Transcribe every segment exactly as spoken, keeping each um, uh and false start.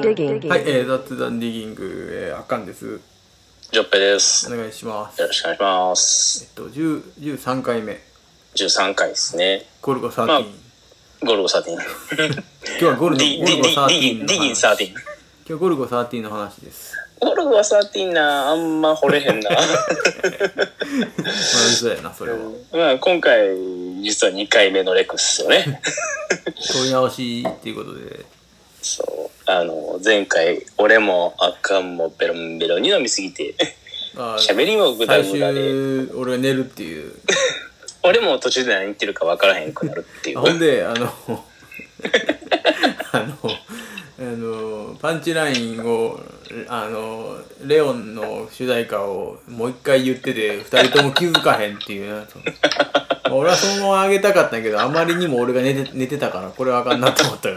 digging. はい、えー、雑談ディギング、えー、あかんです。 ジョッペです。 お願いします。 よろしくお願いしまえす。 っと、じゅう、じゅうさんかいめ。 じゅうさんかいですね。 ゴルゴじゅうさん。 まあ、ゴルゴじゅうさん。 今日はゴルゴ、 ディゴルゴじゅうさんの話。 ディディディギンじゅうさん。 今日はゴルゴじゅうさんの話です。 ゴルゴじゅうさんな、あんま惚れへんな。まあ、 嘘やな、それは。 まあ、今回、実はにかいめのレクっすよね。 問い直しっていうことで。 そう。あの、前回、俺もあかんもベロンベロンに飲みすぎて、喋りもぐだぐだで。 最終、俺が寝るっていう。 俺も途中で何言ってるか分からへんくなるっていう。 ほんで、あの、あの、あのパンチラインをあのレオンの主題歌をもう一回言っててふたりとも気づかへんっていうな俺はそのままあげたかったんやけどあまりにも俺が寝て、寝てたからこれはあかんなと思った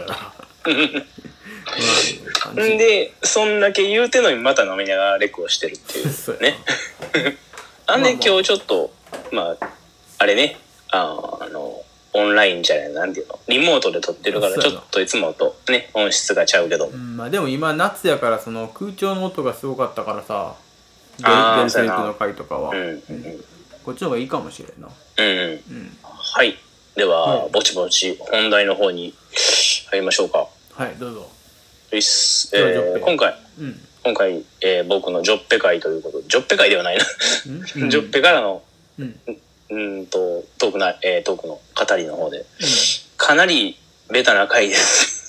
からんでそんだけ言うてのにまた飲みながらレクをしてるっていうねあんで今日ちょっとまああれねああのオンラインじゃないなんていうのリモートで撮ってるからちょっといつもとね音質がちゃうけど、 うん、まあでも今夏やからその空調の音がすごかったからさデルセリクの回とかは、うんうん、こっちの方がいいかもしれんなうん、うんうん、はいでは、はい、ぼちぼち本題の方に入りましょうかはいどうぞういっす、えー、今回、うん、今回、えー、僕のジョッペ会ということでジョッペ会ではないなジョッペからの、うんうんとトークな、えー、トークの語りの方で、うん、かなりベタな回です、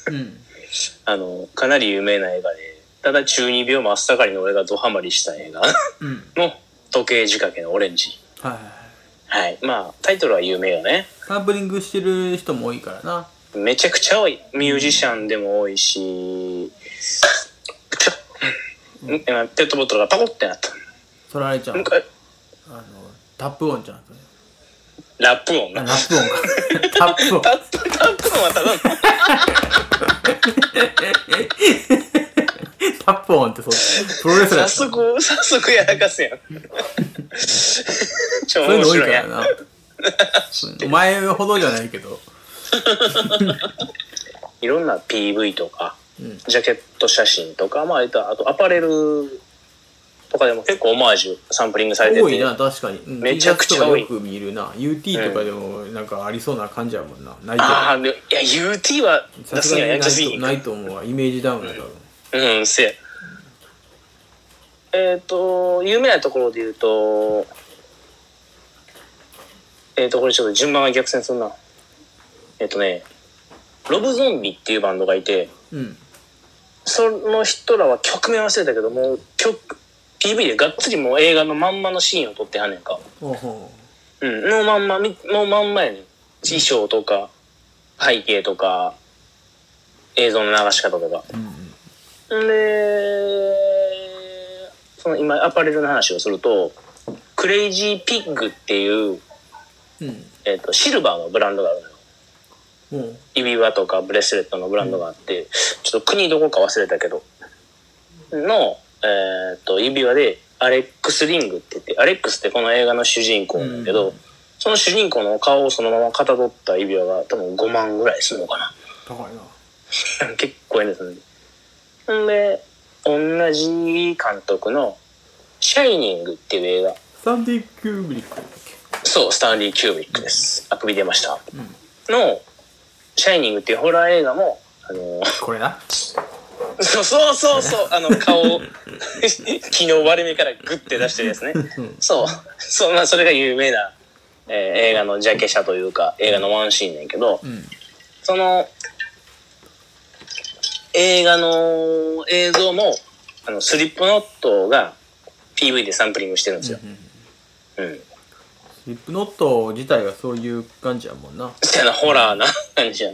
うん、あのかなり有名な映画でただ中二病真っ盛りの俺がドハマりした映画の時計仕掛けのオレンジ、うん、はい、はい、まあタイトルは有名よねサンプリングしてる人も多いからなめちゃくちゃ多いミュージシャンでも多いし、うん、ペットボトルがパコってなった取られちゃうあのタップ音ちゃんラップ音な。 ラップ音か。タップ音。 タップ、タップ音はただの。 タップ音ってそう、プロレスラー。 早速、早速やらかすやん。 超面白いやん。そういうの多いからな。お前ほどじゃないけど。 いろんな ピーブイ とか、うん、ジャケット写真とか、まあ、あとアパレル、とかでも結構オマージュサンプリングされてて多いな確かに、うん、 めちゃくちゃ多いよく見るな ユーティー とかでもなんかありそうな感じやもんな、うん、ないけどああいや ユーティー は出すにはやりすぎないと思うわイメージダウンだからうん、うん、せやえっ、ー、と有名なところで言うとえっ、ー、とこれちょっと順番が逆転するなえっ、ー、とねロブゾンビっていうバンドがいて、うん、その人らは曲名忘れたけども曲ピーブイ でがっつりもう映画のまんまのシーンを撮ってはんねんか。おほう。うん、のまんま、のまんまやねん。衣装とか、背景とか、映像の流し方とか。うん、で、その今アパレルの話をすると、クレイジーピッグっていう、うんえーと、シルバーのブランドがあるのよ。うん、指輪とかブレスレットのブランドがあって、うん、ちょっと国どこか忘れたけど、の、えー、と指輪でアレックスリングって言ってアレックスってこの映画の主人公なんだけど、うん、その主人公の顔をそのままかたどった指輪が多分ごまんぐらいするのかな高いな結構いいですねほんで同じ監督のシャイニングっていう映画スタンディ・キューブリックだっけそうスタンディ・キューブリックです、うん、あくび出ました、うん、のシャイニングっていうホラー映画もあのー、 これなそうそうそうそうあの顔昨日割れ目からグッて出してるやつね、うん、そうそう、まあ、それが有名な、えー、映画のジャケ写というか映画のワンシーンなんやけど、うん、その映画の映像もあのスリップノットが ピーブイ でサンプリングしてるんですよ、うんうんうん、 スリップノット自体がそういう感じやもんなみたいなホラーな感じやね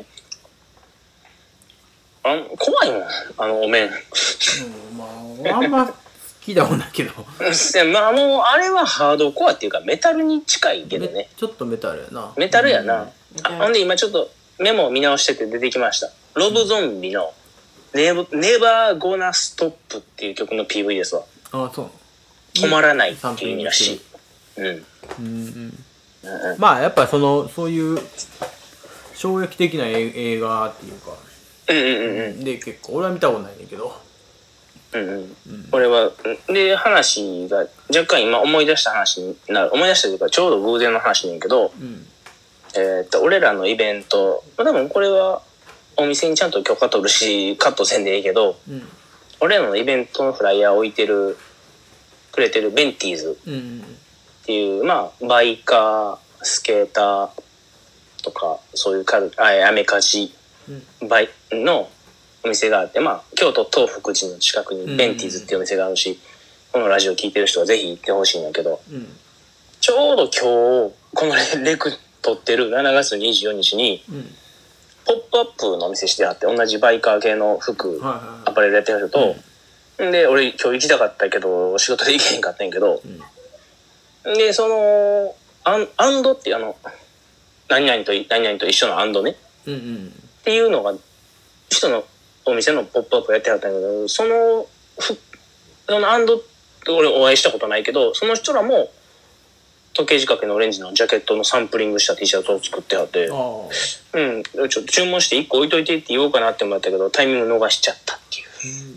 あ怖いもんあのお面、うん、 まああんま好きだもんだけどまあもうあれはハードコアっていうかメタルに近いけどねちょっとメタルやなメタルやな、うん、あほんで今ちょっとメモを見直してて出てきましたロブゾンビのネバーゴナストップっていう曲の ピーブイ ですわあそう止まらないっていう意味らしいうんうん、うんうん、まあやっぱそのそういう衝撃的な映画っていうかうんうんうんうんで結構俺は見たことないねんけど、 うんうんうん、これはで話が若干今思い出した話になる思い出したというかちょうど偶然の話なんやけど、うん、えー、っと俺らのイベント、まあ、多分これはお店にちゃんと許可取るしカットせんでいいけど、うん、俺らのイベントのフライヤーを置いてるくれてるベンティーズっていう、うんうん、まあバイカースケーターとかそういうカルあアメカジバイのお店があって、まあ京都東福寺の近くにベンティーズっていうお店があるし、うん、このラジオ聞いてる人はぜひ行ってほしいんだけど、うん、ちょうど今日このレク撮ってるしちがつにじゅうよっかに、うん、ポップアップのお店してあって同じバイカー系の服、はいはいはい、アパレルやってる人と、うん、で俺今日行きたかったけど仕事で行けへんかったんやけど、うん、でそのアン、アンドってあの何々と何々と一緒のアンドね、うんうん、っていうのが人のお店のポップアップやってはったんやけど、そのそのアンドって俺お会いしたことないけど、その人らも時計仕掛けのオレンジのジャケットのサンプリングした T シャツを作ってはって、うん、ちょっと注文していっこ置いといてって言おうかなって思ったけどタイミング逃しちゃったっていう、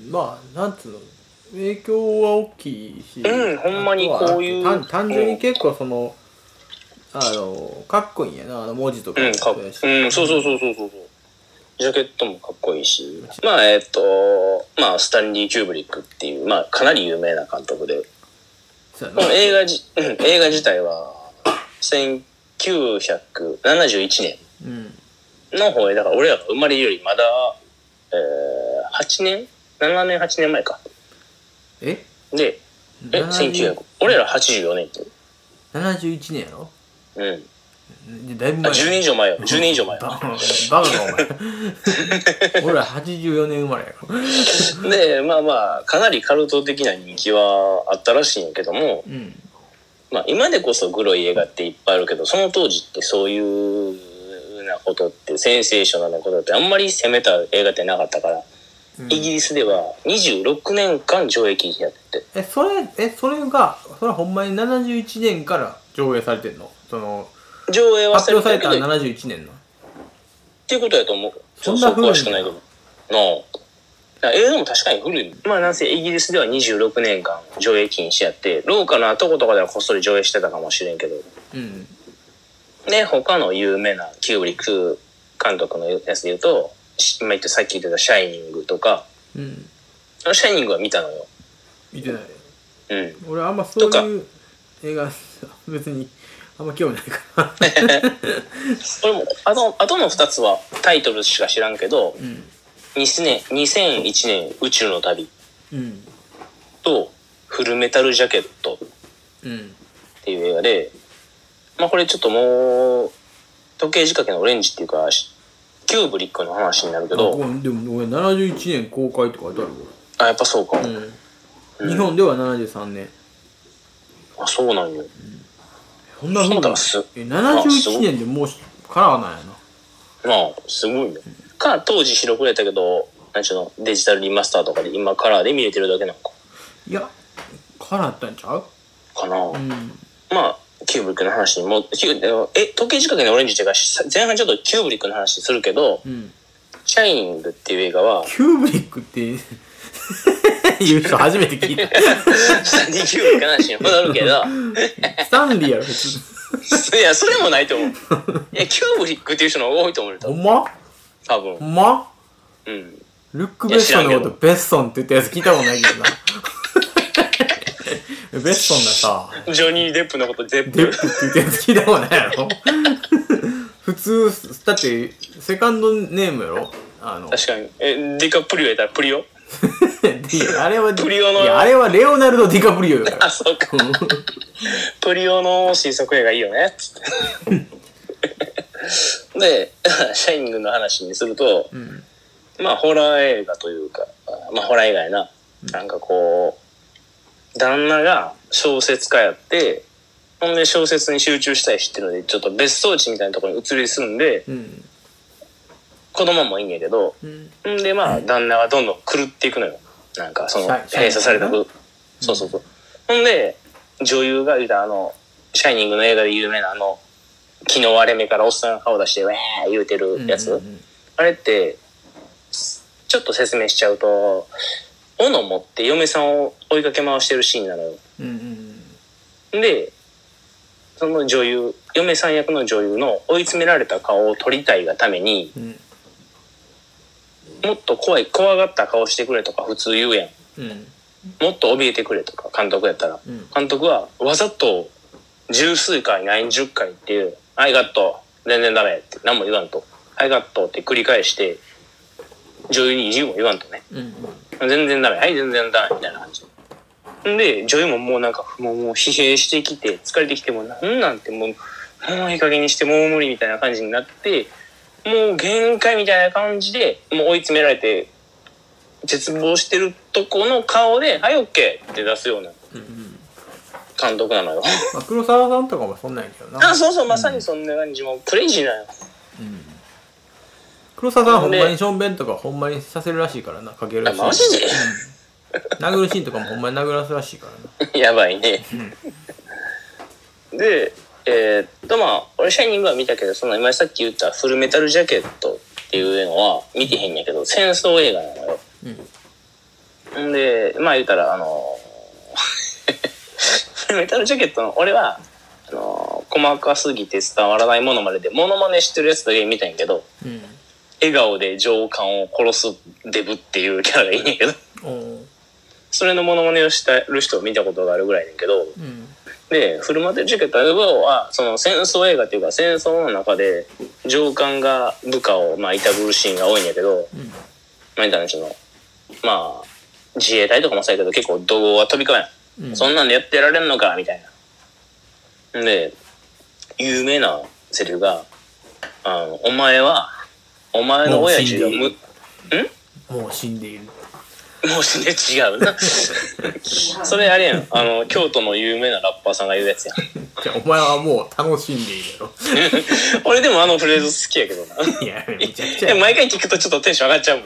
うん、まあなんつうの影響は大きいし、 うん、ほんまにこういう単, 単純に結構その、うん、あのかっこいいんやなあの文字とかも、うん、 かうん、そうそうそうそうそうジャケットもかっこいいし、まあえっとまあスタンリー・キューブリックっていうまあかなり有名な監督で、この映画じ、うん、映画自体はせんきゅうひゃくななじゅういちねんの方へ、だから俺らが生まれるよりまだ、えー、はちねんななねんはちねんまえか。 えでえせんきゅうひゃく俺らはちじゅうよねんってななじゅういちねんやろ。 うんだいぶ前じゅうねん以上前よじゅうねん以上前よバカかお前俺らはちじゅうよねん生まれやろでまあまあかなりカルト的な人気はあったらしいんやけども、うん、まあ今でこそグロい映画っていっぱいあるけどその当時ってそういうなことってセンセーショナルなことってあんまり攻めた映画ってなかったから、うん、イギリスではにじゅうろくねんかん上映禁止やってえそれえそれがそれはほんまにななじゅういちねんから上映されてんの？その上映は発表されたのはななじゅういちねんのっていうことやと思う。 そんな古いんだ。 詳しくないけどなあ。映画も確かに古い。まあなんせイギリスではにじゅうろくねんかん上映禁止やって廊下のとことかではこっそり上映してたかもしれんけど、うん、で他の有名なキューブリック監督のやつで言うと今言ったさっき言ってたシャイニングとか、うん、あのシャイニングは見たのよ。 見てない。 うん。 俺あんまそういう映画別にあんま興味ないから俺もあと、あとのふたつはタイトルしか知らんけど、うん、にせんいちねん宇宙の旅、うん、とフルメタルジャケットっていう映画で、まあこれちょっともう時計仕掛けのオレンジっていうかキューブリックの話になるけど、 でも俺ななじゅういちねん公開って書いてあるわ。 あ、やっぱそうか、 うんうん、日本ではななじゅうさんねん。 あ、そうなんよ、うん、 そんなふうにえななじゅういちねんでもうカラーなんやな。まあすごいね、うん、か当時白黒やったけど何ちゅうのデジタルリマスターとかで今カラーで見れてるだけなのか。 いやカラーやったんちゃうかな、うん、まあキューブリックの話にもえ時計仕掛けのオレンジっていうか前半ちょっとキューブリックの話するけど、うん、シャイニングっていう映画はキューブリックって言う人初めて聞いたスタンリー・キューブリックの話に戻るけどスタンリーやろ普通いやそれもないと思う。いやキューブリックっていう人の方が多いと思う。 ほんま多分ほんまうん。 ルック・ベッソンのことベッソンって言ったやつ聞いたことないけどなベッソンがさジョニー・デップのことデップデップって言ったやつ聞いたことないやろ普通だってセカンドネームやろ。あの確かにえディカプリオやったらプリオあれはプリオのいやあれはレオナルド・ディカプリオだからあそうかプリオの新作映画いいよねっつってでシャイニングの話にすると、うん、まあホラー映画というかまあホラー映画やな、うん、なんかこう旦那が小説家やってほんで小説に集中したいしっていうのでちょっと別荘地みたいなところに移り住んで、うん、子供もいいんやけど、うん、んでまあ旦那はどんどん狂っていくのよ。なんかその閉鎖された部、そうそうそう。ほんで女優が言うたあのシャイニングの映画で有名なあの昨日割れ目からおっさんが顔出してウェー言うてるやつ、うんうんうん、あれってちょっと説明しちゃうと、斧持って嫁さんを追いかけ回してるシーンなのよ。うんうん、で、その女優、嫁さん役の女優の追い詰められた顔を撮りたいがために、うん、もっと怖い、怖がった顔してくれとか普通言うやん。うん、もっと怯えてくれとか監督やったら、うん、監督はわざと十数回何十回っていう「はいガット全然ダメ」って何も言わんと「はいガット」って繰り返して女優に意地も言わんとね、うんうん、全然ダメはい全然ダメみたいな感じで、女優ももうなんかもうもう疲弊してきて疲れてきてもなんなんてもうもういい加減にしてもう無理みたいな感じになってもう限界みたいな感じでもう追い詰められて絶望してるとこの顔で「はいオッケー」って出すような監督なのよ、 まあ、黒沢さんとかもそんなんやけどな。 あ、そうそう、まさにそんな感じ、もうクレイジーなよ、うん、 黒沢さんはほんまにションベンとかほんまにさせるらしいからな、かけるらしい。 マジで、 うん、殴るシーンとかもほんまに殴らすらしいからなやばいね、うん、でえー、っとまあ俺シャイニングは見たけど、その今さっき言ったフルメタルジャケットっていうのは見てへんやけど戦争映画なのよ、うん、でまあ言うたらあのフルメタルジャケットの俺はあの細かすぎて伝わらないものまででモノマネしてるやつだけ見たんやけど、うん、笑顔で上官を殺すデブっていうキャラがいいんやけどそれのモノマネをしてる人を見たことがあるぐらいだけど、うん、でフルメタルジャケットはその戦争映画っていうか戦争の中で上官が部下をまあいたぶるシーンが多いんやけど、うん、まあ言ったらそのまあ自衛隊とかもそうやけど結構怒号は飛び交えない、うん、そんなんでやってられんのかみたいな。で有名なセリフがあのお前はお前の親父がむんもう死んでいるもう死んで違うなそれあれやん、あの京都の有名なラッパーさんが言うやつやんじゃあお前はもう楽しんでいるやろ俺でもあのフレーズ好きやけどないやめちゃくちゃ毎回聞くとちょっとテンション上がっちゃうも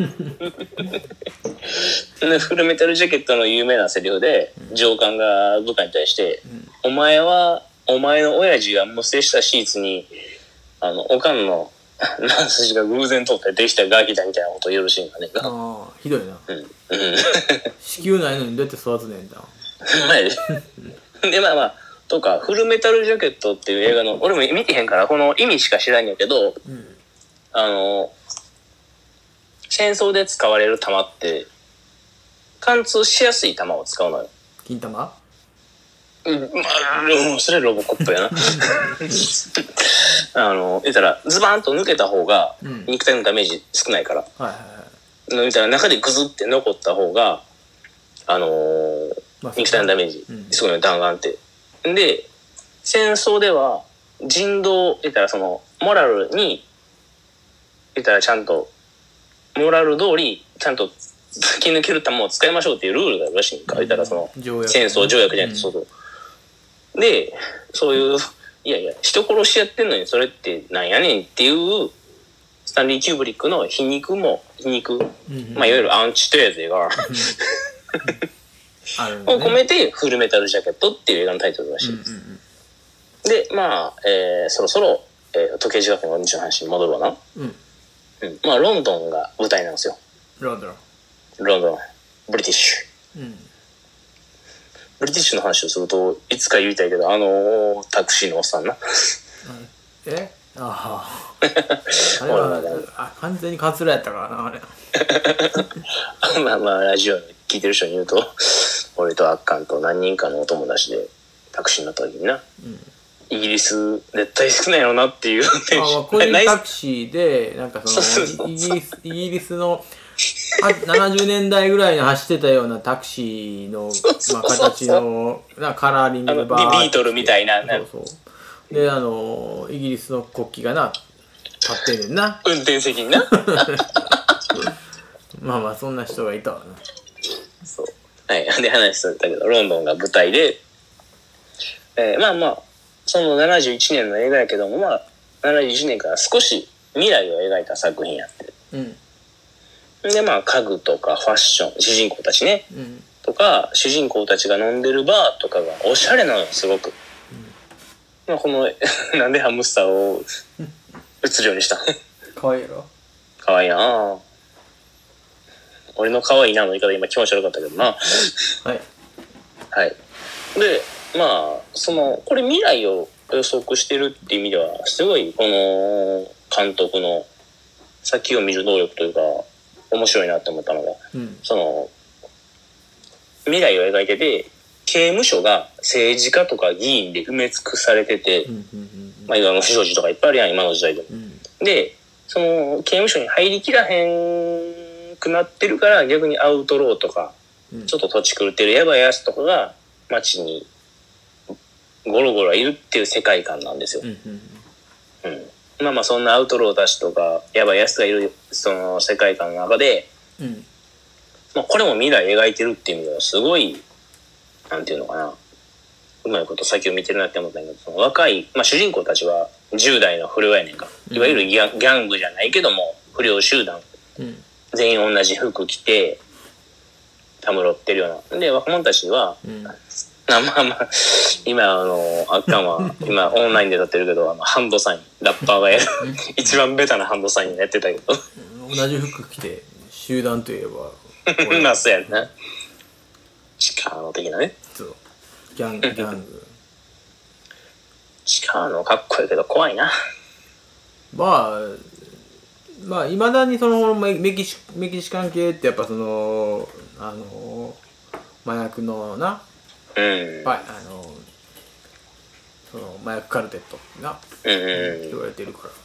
んフルメタルジャケットの有名なセリフで、うん、上官が部下に対して、うん、お前はお前の親父が無精したシーツにあのおかんの何筋が偶然取ってできたガキだみたいなことを言うシーンがね。 ああひどいな、うんうん、子宮ないのにどうやって育つねんだでまあまあとかフルメタルジャケットっていう映画の俺も見てへんからこの意味しか知らんやけど、うん、あの戦争で使われる弾って貫通しやすい弾を使うのよ。 金玉？ うん、まあ、それロボコップやなあの言ったらズバーンと抜けた方が肉体のダメージ少ないから、うん、はいはいはい、言ったら中でグズって残った方があのーまあ、肉体のダメージすごいの弾丸って、うん、で戦争では人道言ったらそのモラルに言ったらちゃんとモラル通りちゃんと突き抜ける弾を使いましょうっていうルールがあるらしいんか、言ったらその戦争条約じゃなくて、うん、そうそうでそういういやいや人殺しやってんのにそれってなんやねんっていうスタンリー・キューブリックの皮肉も皮肉、うん、まあいわゆるアンチテーゼがを込めてフルメタルジャケットっていう映画のタイトルらしいです、うんうんうん、でまあ、えー、そろそろ、えー、時計仕掛けの日の話に戻るわな、うんうん、まあロンドンが舞台なんですよ。 ロンドンロンドンブリティッシュ、うん、ブリティッシュの話をするといつか言いたいけどあのー、タクシーのおっさんなえあああれはあ完全にカツラやったからなあれまあまあラジオ聞いてる人に言うと俺とアッカンと何人かのお友達でタクシーに乗った時にな、うん、イギリス絶対少ないよなっていうあ、まあ、個人タクシーでなんかそのイギリスイギリスのななじゅうねんだいぐらいに走ってたようなタクシーの、まあ、形のなカラーリングでバーッビートルみたいなそうそうであのイギリスの国旗がな立ってんねんな運転席になまあまあそんな人がいたわな。 そうはいで話するんだけどロンドンが舞台で、えー、まあまあそのななじゅういちねんの映画やけどもまあななじゅういちねんから少し未来を描いた作品やって、うんでまあ家具とかファッション主人公たちね、うん、とか主人公たちが飲んでるバーとかがおしゃれなのよすごく、うんまあ、このなんでハムスターを映るようにしたかわいいやろかわいいな俺の可愛いなの言い方今気持ち悪かったけどな。 はいはい。でまあそのこれ未来を予測してるっていう意味ではすごいこの監督の先を見る能力というか面白いなって思ったのが、うん、その未来を描いてて刑務所が政治家とか議員で埋め尽くされてて、うんうんうんうん、まあいろんな不祥事とかいっぱいあるやん今の時代でも、うん、でその刑務所に入りきらへんくなってるから逆にアウトローとか、うん、ちょっと土地狂ってるヤバいやつとかが街にゴロゴロいるっていう世界観なんですよ、うんうんうん、まあまあそんなアウトローたちとかヤバいやつがいるその世界観の中で、うんまあ、これも未来描いてるっていう意味ではすごいなんていうのかなうまいこと先を見てるなって思ったんだけどその若い、まあ、主人公たちはじゅう代の不良やねんか、いわゆるギャ、ギャングじゃないけども不良集団、うん、全員同じ服着てたむろってるようなで若者たちは、うん、あまあまあ今あのあっかんは今オンラインで撮ってるけどあのハンドサインラッパーがやる一番ベタなハンドサインやってたけど同じ服着て集団といえばまあそうやんなチカーノ的なねそうギャングギャングチカーノかっこいいけど怖いなまあまあいまだにそのメキシメキシカン系ってやっぱそのあの麻薬のなうん、 はい、あのその麻薬カルテットが言われてるから、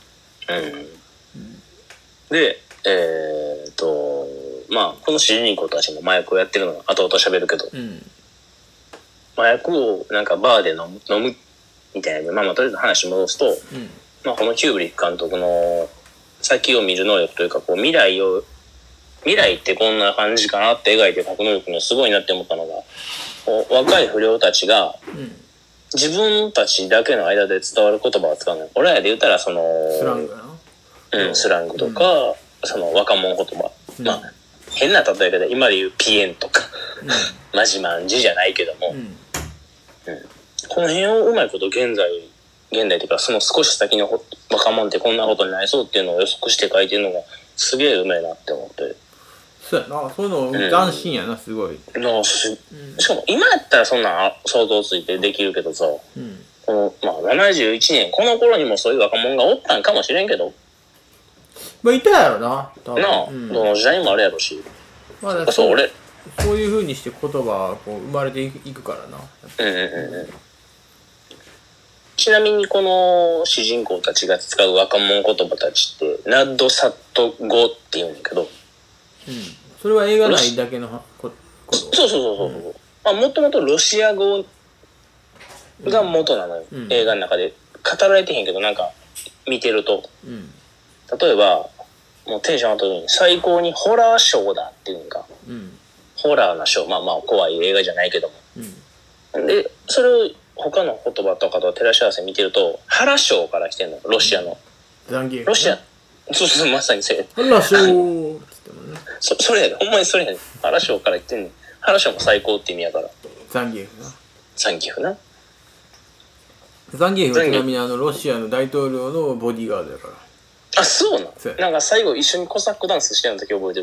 うんうん、 でえー、っとまあこの主人公たちも麻薬をやってるのが後々喋るけど、うん、麻薬をなんかバーで飲む、飲むみたいなまあまあとりあえず話戻すと、うんまあ、このキューブリック監督の先を見る能力というかこう未来を未来ってこんな感じかなって描いて書く能力がすごいなって思ったのが若い不良たちが、うん、自分たちだけの間で伝わる言葉を使うのよ。俺らで言ったらそのスラングな、うん、スラングとか、うん、その若者言葉、うん、まあ変な例え方今で言うピエンとか、うん、マジマンジじゃないけども、うんうん、この辺をうまいこと現在現代というかその少し先の若者ってこんなことになりそうっていうのを予測して書いてるのがすげえうまいなって思って。 そうやな、そういうの斬新やな、うん、すごいなし、うん、しかも今やったらそんな想像ついてできるけどさ、うん、この、まあ、ななじゅういちねんこの頃にもそういう若者がおったんかもしれんけどまあいたやろな多分なあ、うん、どの時代にもあるやろし、まあ、そう俺そういう風にして言葉がこう生まれていくからなうんうんうんうんちなみにこの主人公たちが使う若者言葉たちってナッドサット語って言うんだけど、うん、 それは映画内だけのことそうそうそうそう、うんまあ、もともとロシア語が元なのよ、うん、映画の中で語られてへんけどなんか見てると、うん、例えばもうテンション上がった時に最高にホラーショーだっていうのか、うん、ホラーなショーまあまあ怖い映画じゃないけども、うん、でそれを他の言葉とかと照らし合わせ見てるとハラショーから来てんのロシアのロシアそうそうまさにそれハラショーって言ってもねそ, それやでほんまにそれやでハラショーから来てんねんハラショーも最高って意味やからザンギエフなザンギエフなザンギエフはちなみにあのロシアの大統領のボディーガードやからあそうなんそうなんか最後一緒にコサックダンスしてるの時覚えて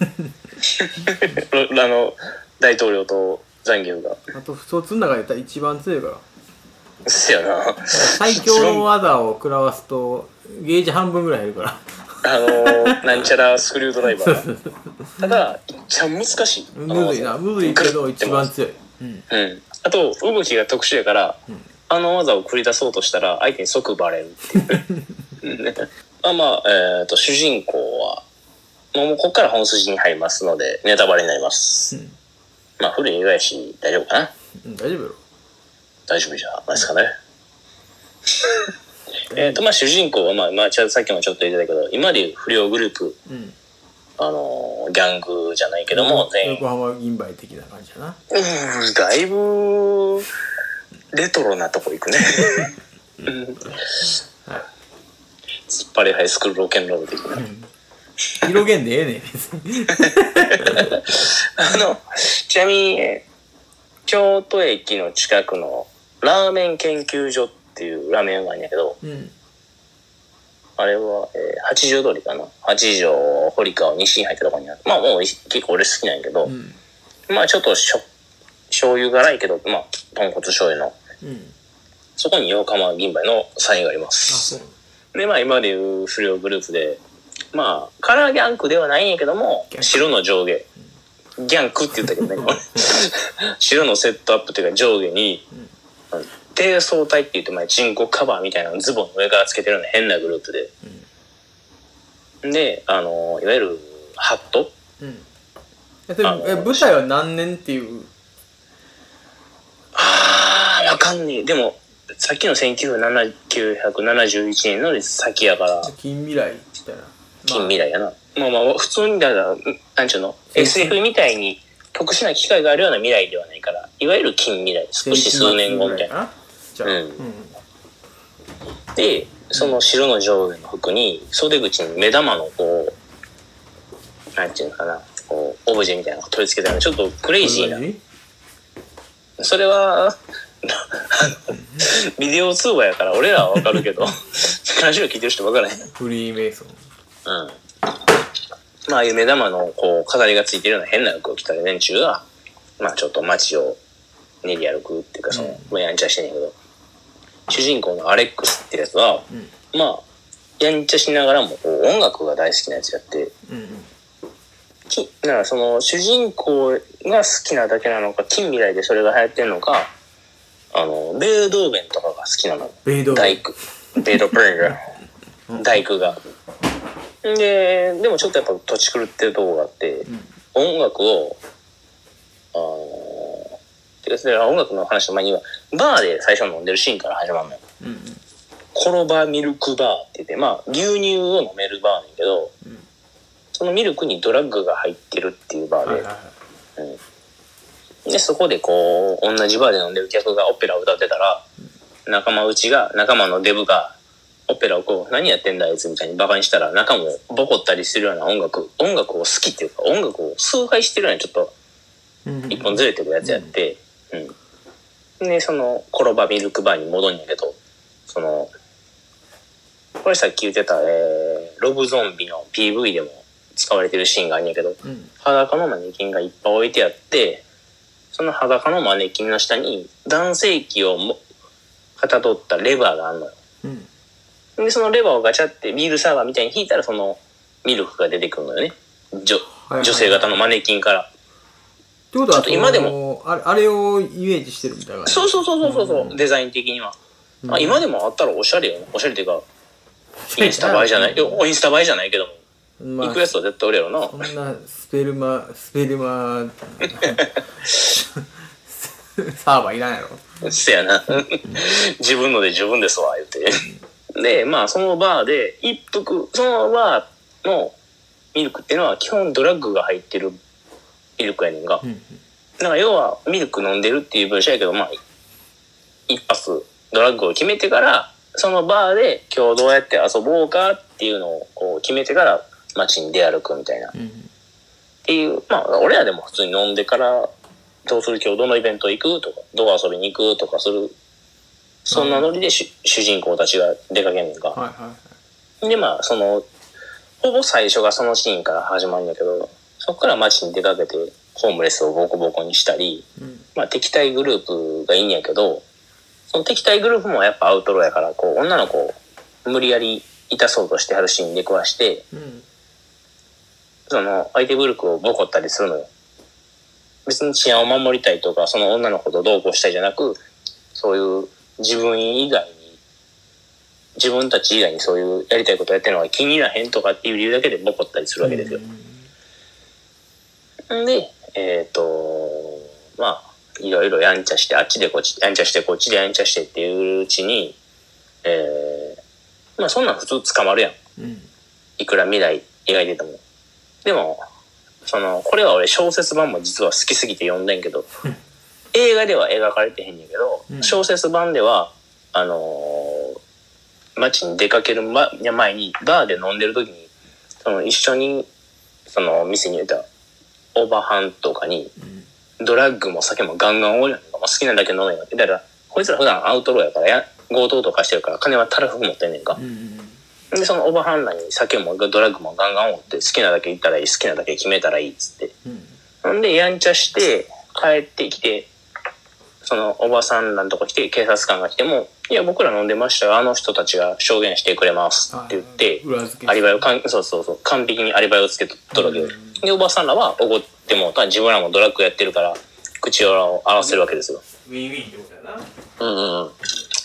るあの大統領とザンギエフがあとそっちの中で一番強いからそやな最強の技を食らわすとゲージ半分ぐらい減るからあのー、なんちゃらスクリュードライバーただめっちゃ難しいむずいなむずいけど一番強い、 うん、うん、あと動きが特殊やから、うん、あの技を繰り出そうとしたら相手に即バレるっていうまあまあ、えー、と主人公はもうここから本筋に入りますのでネタバレになります、うん、まあ古い映画やし大丈夫かな、 うん、大丈夫よ大丈夫じゃないですかねえっとまあ主人公はまあ、まあ、さっきもちょっと言ってたけど今でいう不良グループ、うん、あのギャングじゃないけども、うん、 全員横浜銀杯的な感じだなうんだいぶレトロなとこ行くね、うん、はい、突っ張りハイスクールロケンロール的な、うん、 広げんでええねん別にあのちなみに京都駅の近くのラーメン研究所っていうラーメン屋があるんやけど、うん、 あれは、えー、八条通りかな。八条、堀川、西に入ったところにある。まあもう結構俺好きなんやけど、うん、まあちょっとしょ醤油辛いけど、まあ豚骨醤油の、うん、そこにようかま銀杯のサインがあります。あ、そう。で、まあ今までいう不良グループで、まあカラーギャンクではないんやけども、白の上下、うん、ギャンクって言ったけどね、白のセットアップっていうか上下に、うん、低層体って言って前人工カバーみたいなのズボンの上からつけてるような変なグループで、うん、であのいわゆるハット、うん、 え舞台は何年っていう？ あーわかんねえ。でもさっきのせんきゅうひゃくななじゅういちねんの先やから近未来みたいな、まあ、近未来やな。まあまあ普通にだからなんちゅうの エスエフ みたいに特殊な機械があるような未来ではないから、いわゆる近未来、少し数年後みたいな。うんうん、でその白の上下の服に袖口に目玉のこうなんていうのかな、こうオブジェみたいなのを取り付けたのちょっとクレイジーな。それはビデオ通話やから俺らは分かるけど話を聞いてる人分からへん。 フリーメイソン。 うん。まあああいう目玉のこう飾りがついてるような変な服を着た連中がまあちょっと街を練り歩くっていうかその、うん、やんちゃしてんねんけど。主人公のアレックスってやつは、うん、まあやんちゃしながらもこう音楽が大好きなやつやって、うんうん、きだからその主人公が好きなだけなのか近未来でそれが流行ってんのか、あのベードーベンとかが好きなの。 ベードーベン、大工ベードーベンが大工がででもちょっとやっぱ土地狂ってるとこがあって、うん、音楽をあの音楽の話の前にはバーで最初飲んでるシーンから始まるのよ、うんうん、コロバミルクバーって言って、まあ牛乳を飲めるバーなんやけど、うん、そのミルクにドラッグが入ってるっていうバーで、はいはいはいうん、でそこでこう同じバーで飲んでる客がオペラを歌ってたら、うん、仲間内が仲間のデブがオペラをこう何やってんだあいつみたいにバカにしたら中もボコったりするような音楽音楽を好きっていうか音楽を崇拝してるようなちょっと一本ずれてるやつやって、うんうん、でそのコロバミルクバーに戻るんやけど、そのこれさっき言ってた、えー、ロブゾンビの ピーブイ でも使われてるシーンがあるんやけど、うん、裸のマネキンがいっぱい置いてあって、その裸のマネキンの下に男性器をもかたどったレバーがあるのよ、うん、でそのレバーをガチャってビールサーバーみたいに引いたらそのミルクが出てくるのよね、 女, 女性型のマネキンから。 ってことは今でもあれ、あれをイメージしてるみたいな。 そうそうそうそうそう、うん、デザイン的には、うん、あ今でもあったらおしゃれよね。おしゃれっていうかインスタ映えじゃないよ、インスタ映えじゃないけども、まあ、行くやつは絶対おるやろな。 そんなスペルマスペルマサーバーいらんやろ。 せやな自分ので自分ですわ言ってでまあそのバーで一服、そのバーのミルクっていうのは基本ドラッグが入ってるミルクやねんが、うん、だから要はミルク飲んでるっていう文章やけど、まあ一発ドラッグを決めてからそのバーで今日どうやって遊ぼうかっていうのをこう決めてから街に出歩くみたいな、うん、っていうまあ俺らでも普通に飲んでからどうする今日どのイベント行くとかどう遊びに行くとかする、そんなノリで、うん、主人公たちが出かけんねんか、はいはいはい、でまあそのほぼ最初がそのシーンから始まるんだけど、そこから街に出かけてホームレスをボコボコにしたり、うん、まあ敵対グループがいいんやけど、その敵対グループもやっぱアウトローやからこう女の子を無理やり痛そうとしてはるシーンで食わして、うん、その相手グループをボコったりするのよ。別に治安を守りたいとかその女の子とどうこうしたいじゃなく、そういう自分以外に自分たち以外にそういうやりたいことやってるのが気に入らへんとかっていう理由だけでボコったりするわけですよ、うん、でえっ、ー、とまあいろいろやんちゃしてあっちでこっちやんちゃしてこっちでやんちゃしてっていううちに、えー、まあそんなん普通捕まるやん、うん、いくら未来描いてても。でもそのこれは俺小説版も実は好きすぎて読んでんけど映画では描かれてへんねんけど、うん、小説版ではあのー、街に出かける前にバーで飲んでる時にその一緒にその店にいたオーバーハンとかに、うん、ドラッグも酒もガンガン多いのが好きなだけ飲めんよってだからこいつら普段アウトローやからや強盗とかしてるから金はたらふく持ってんねんか、うん、 でそのおばはんらに酒もドラッグもガンガンおって好きなだけ行ったらいい好きなだけ決めたらいいっつって、うん、んでやんちゃして帰ってきてそのおばさんらのとこ来て警察官が来てもいや僕ら飲んでましたよあの人たちが証言してくれますって言ってアリバイをかんそうそうそう完璧にアリバイをつけとるわけで、でおばさんらはおごっても自分らもドラッグやってるから口を合わせるわけですよ。 ウィンウィンってことやな。 うんうんうん。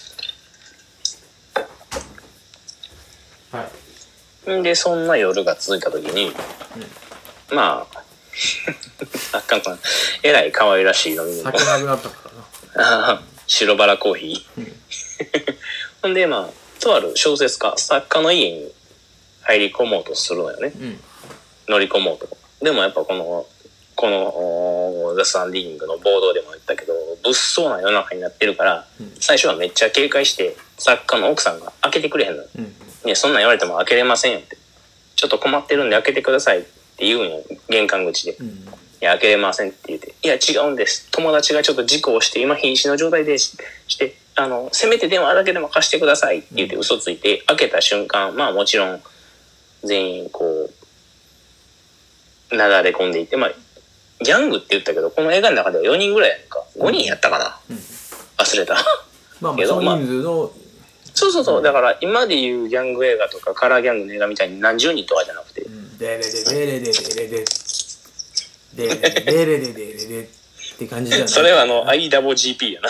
はい。でそんな夜が続いた時に、うん、まああかんかなえらい可愛らしい飲み物。 酒なくなったからな。 白バラコーヒー。うん、ほんでまあとある小説家作家の家に入り込もうとするのよね。うん、乗り込もうと。でもやっぱこのこのザ・スタンディングのボードでも言ったけど物騒な世の中になってるから、うん、最初はめっちゃ警戒して作家の奥さんが開けてくれへんの、うん、いやそんなん言われても開けれませんよってちょっと困ってるんで開けてくださいって言うんよ玄関口で、うん、いや開けれませんって言っていや違うんです友達がちょっと事故をして今瀕死の状態でししてあのせめて電話だけでも貸してくださいって言って嘘ついて開けた瞬間まあもちろん全員こうなだれ込んでいてまあギャングって言ったけどこの映画の中ではよにんぐらいやんかごにんやったかな、うん、忘れたまあまあ少人数の、まあ、 そうそうそうだから今でいうギャング映画とかカラーギャングの映画みたいに何十人とかじゃなくて、うん、 デレデデレデデレデデレデデレデデレデって感じじゃないそれはあの アイダブリュージーピー やな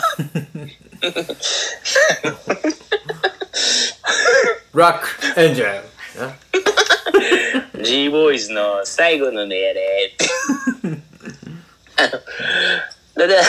ロックエンジェル G ボーイズの最後のねやれってあのだだ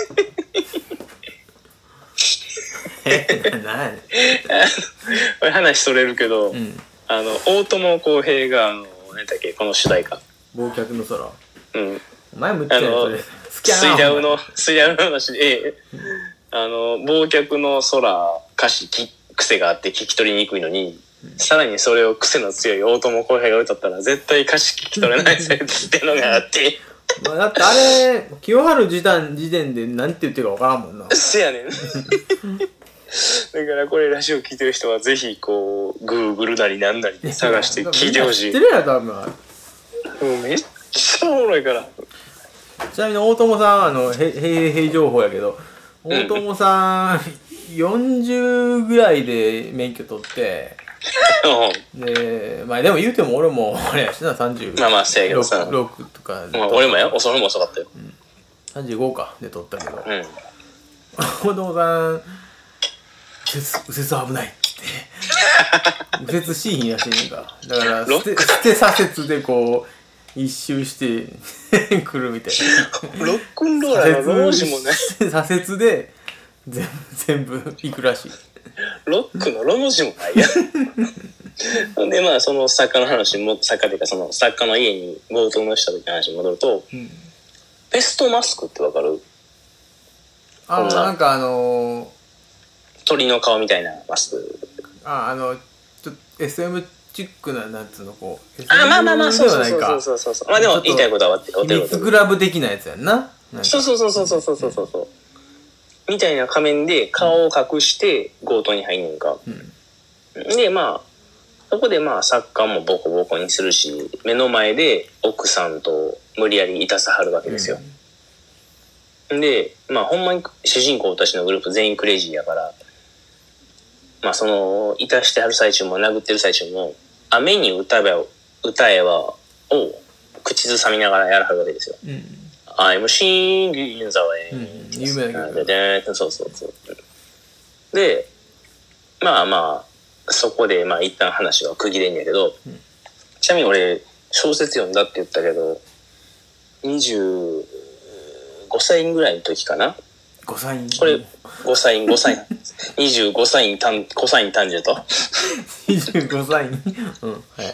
え何やねんこれ話それるけど、うん、あの大友康平があの何だっけこの主題歌忘却の空うん前も言ってたよそれ好きやなスイダウのスイダウの話で、ええ、あの忘却の空歌詞き癖があって聞き取りにくいのにさらにそれを癖の強い大友康平が歌ったら絶対歌詞聞き取れないぜってのがあってまあだってあれ清春時点時点で何て言ってるか分からんもんなせやねんだからこれラジオ聞いてる人はぜひこうグーグルなりなんなりで探して聞いてほしい知ってるやろ多分もうめっちゃおもろいからちなみに大友さんあのへへへ情報やけど大友さん、うん、よんじゅうぐらいで免許取ってでまあでも言うても俺もあれやしなさんじゅうまあまあせやけどさろくとか、 まあ、俺もやそれも遅かったよ、うん、 さんじゅうごかで取ったけど、 うん、 大友さん右折危ないって右折しいひんやしねんかだから捨て捨て左折でこう一周してくるみたいなロックンローラーのロージもね左折で全部全部行くらしいロックのロの字もないやんでまあその作家の話も作家というかその作家の家に強盗のした時の話に戻ると、うん、ペストマスクってわかる？ あななんかあのー、 鳥の顔みたいなマスクああのちょっと エスエム チックななんつうのこうあまあまあまあそうそうそうそうそうそうまあでも言いたいことはおてるミッツクラブ的なやつやんなそうそうそうそうそうそうそうそうみたいな仮面で顔を隠して強盗に入んねんか、うん、でまあそこでまあ作家もボコボコにするし目の前で奥さんと無理やりいたさはるわけですよ、うん、でまあほんまに主人公たちのグループ全員クレイジーやからまあそのいたしてはる最中も殴ってる最中も雨に歌えば歌えはを口ずさみながらやらはるわけですよ、うん、I'm singing in the way、うん、有名だけどそうそうそうでまあまあそこでまあ一旦話は区切れんやけど、うん、ちなみに俺小説読んだって言ったけどにじゅうごさいぐらいの時かなごさいこれごさいごさいにじゅうごさい単ごさい単純とにじゅうごさいにうん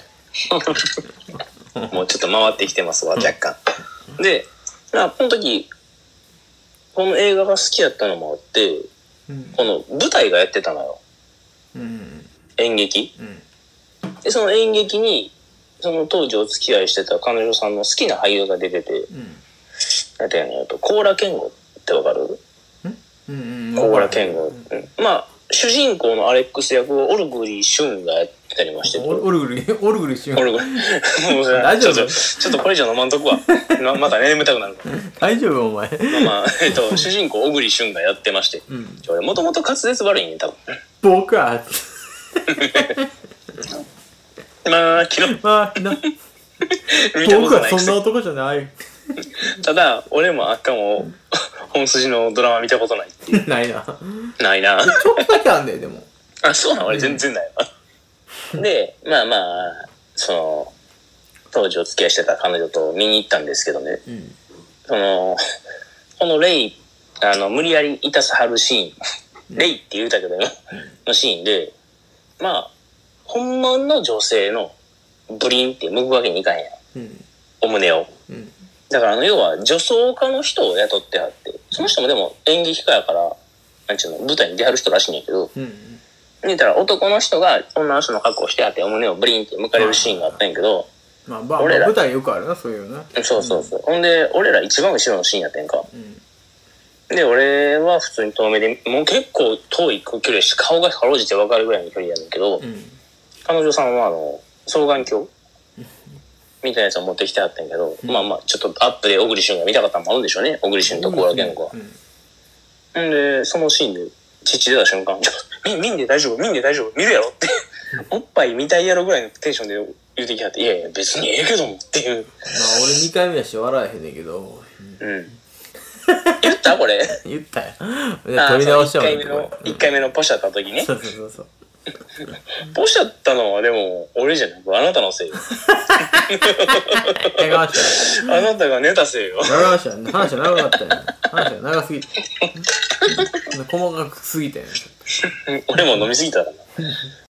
はいもうちょっと回ってきてますわ若干でまあこの時この映画が好きやったのもあって、うん、この舞台がやってたのよ、うん、演劇、うん、でその演劇にその当時お付き合いしてた彼女さんの好きな俳優が出てて、うん、なんていうのと高良健吾ってわかる？高良健吾、うん、まあ主人公のアレックス役をオルグリー・シュンがやってたりもしてて。 オルグリ、オルグリしよう。 オルグリ。もう大丈夫ちょっと、ちょっとこれ以上飲まんとくわ。ままた眠たくなるから。 大丈夫お前。 まあまあ、えっと、主人公、小栗旬がやってまして。うん。俺、もともと滑舌悪いね、多分。 僕は。 まあ、昨日。 まあ、な。僕はそんな男じゃない。 ただ、俺もあっかも、本筋のドラマ見たことないっていう。 ないな。 ないな。 ちょっとだけあんねん、でも。 あ、そうなの俺全然ないわ。うん、で、まあまあ、その、当時お付き合いしてた彼女と見に行ったんですけどね。うん、その、このレイ、あの、無理やりいたさはるシーン、うん、レイって言うたけどの、のシーンで、まあ、ほんまの女性のブリンって剥くわけにいかへんやん。うん、お胸を。うんだからあの要は女装家の人を雇ってはってその人もでも演劇家やからなんちゅうの舞台に出はる人らしいんやけど、うんうん、見たら男の人が女の人の格好をしてはってお胸をブリンって向かれるシーンがあったんやけど、 まあまあ、俺ら舞台よくあるなそういうな。 そうそうそう。うん、ほんで俺ら一番後ろのシーンやってんか。うん、で俺は普通に遠目でもう結構遠い距離し顔がかろうじて分かるぐらいの距離やねんけど、うん、彼女さんはあの双眼鏡みたいなやつを持ってきてはったんやけど、うん、まあまあちょっとアップで小栗旬が見たかったのもあるんでしょうね。小栗旬と高良健吾は。うん、でそのシーンで父出た瞬間「見見んで大丈夫見んで大丈夫見るやろ」っておっぱい見たいやろぐらいのテンションで言うてきはって「いやいや別にええけども」っていう。まあ俺にかいめやし笑えへんねんけど。うん。うん、 言ったこれ。 言ったよ。取り直しちゃうの。いっかいめのいっかいめのポシャった時ね。 そうそうそうそう。 ポシャったのはでも俺じゃなくあなたのせいよ。あなたが寝たせいよ。 長ました。話が長かったよ。話が長すぎて。細かくすぎて。 俺も飲みすぎたからな。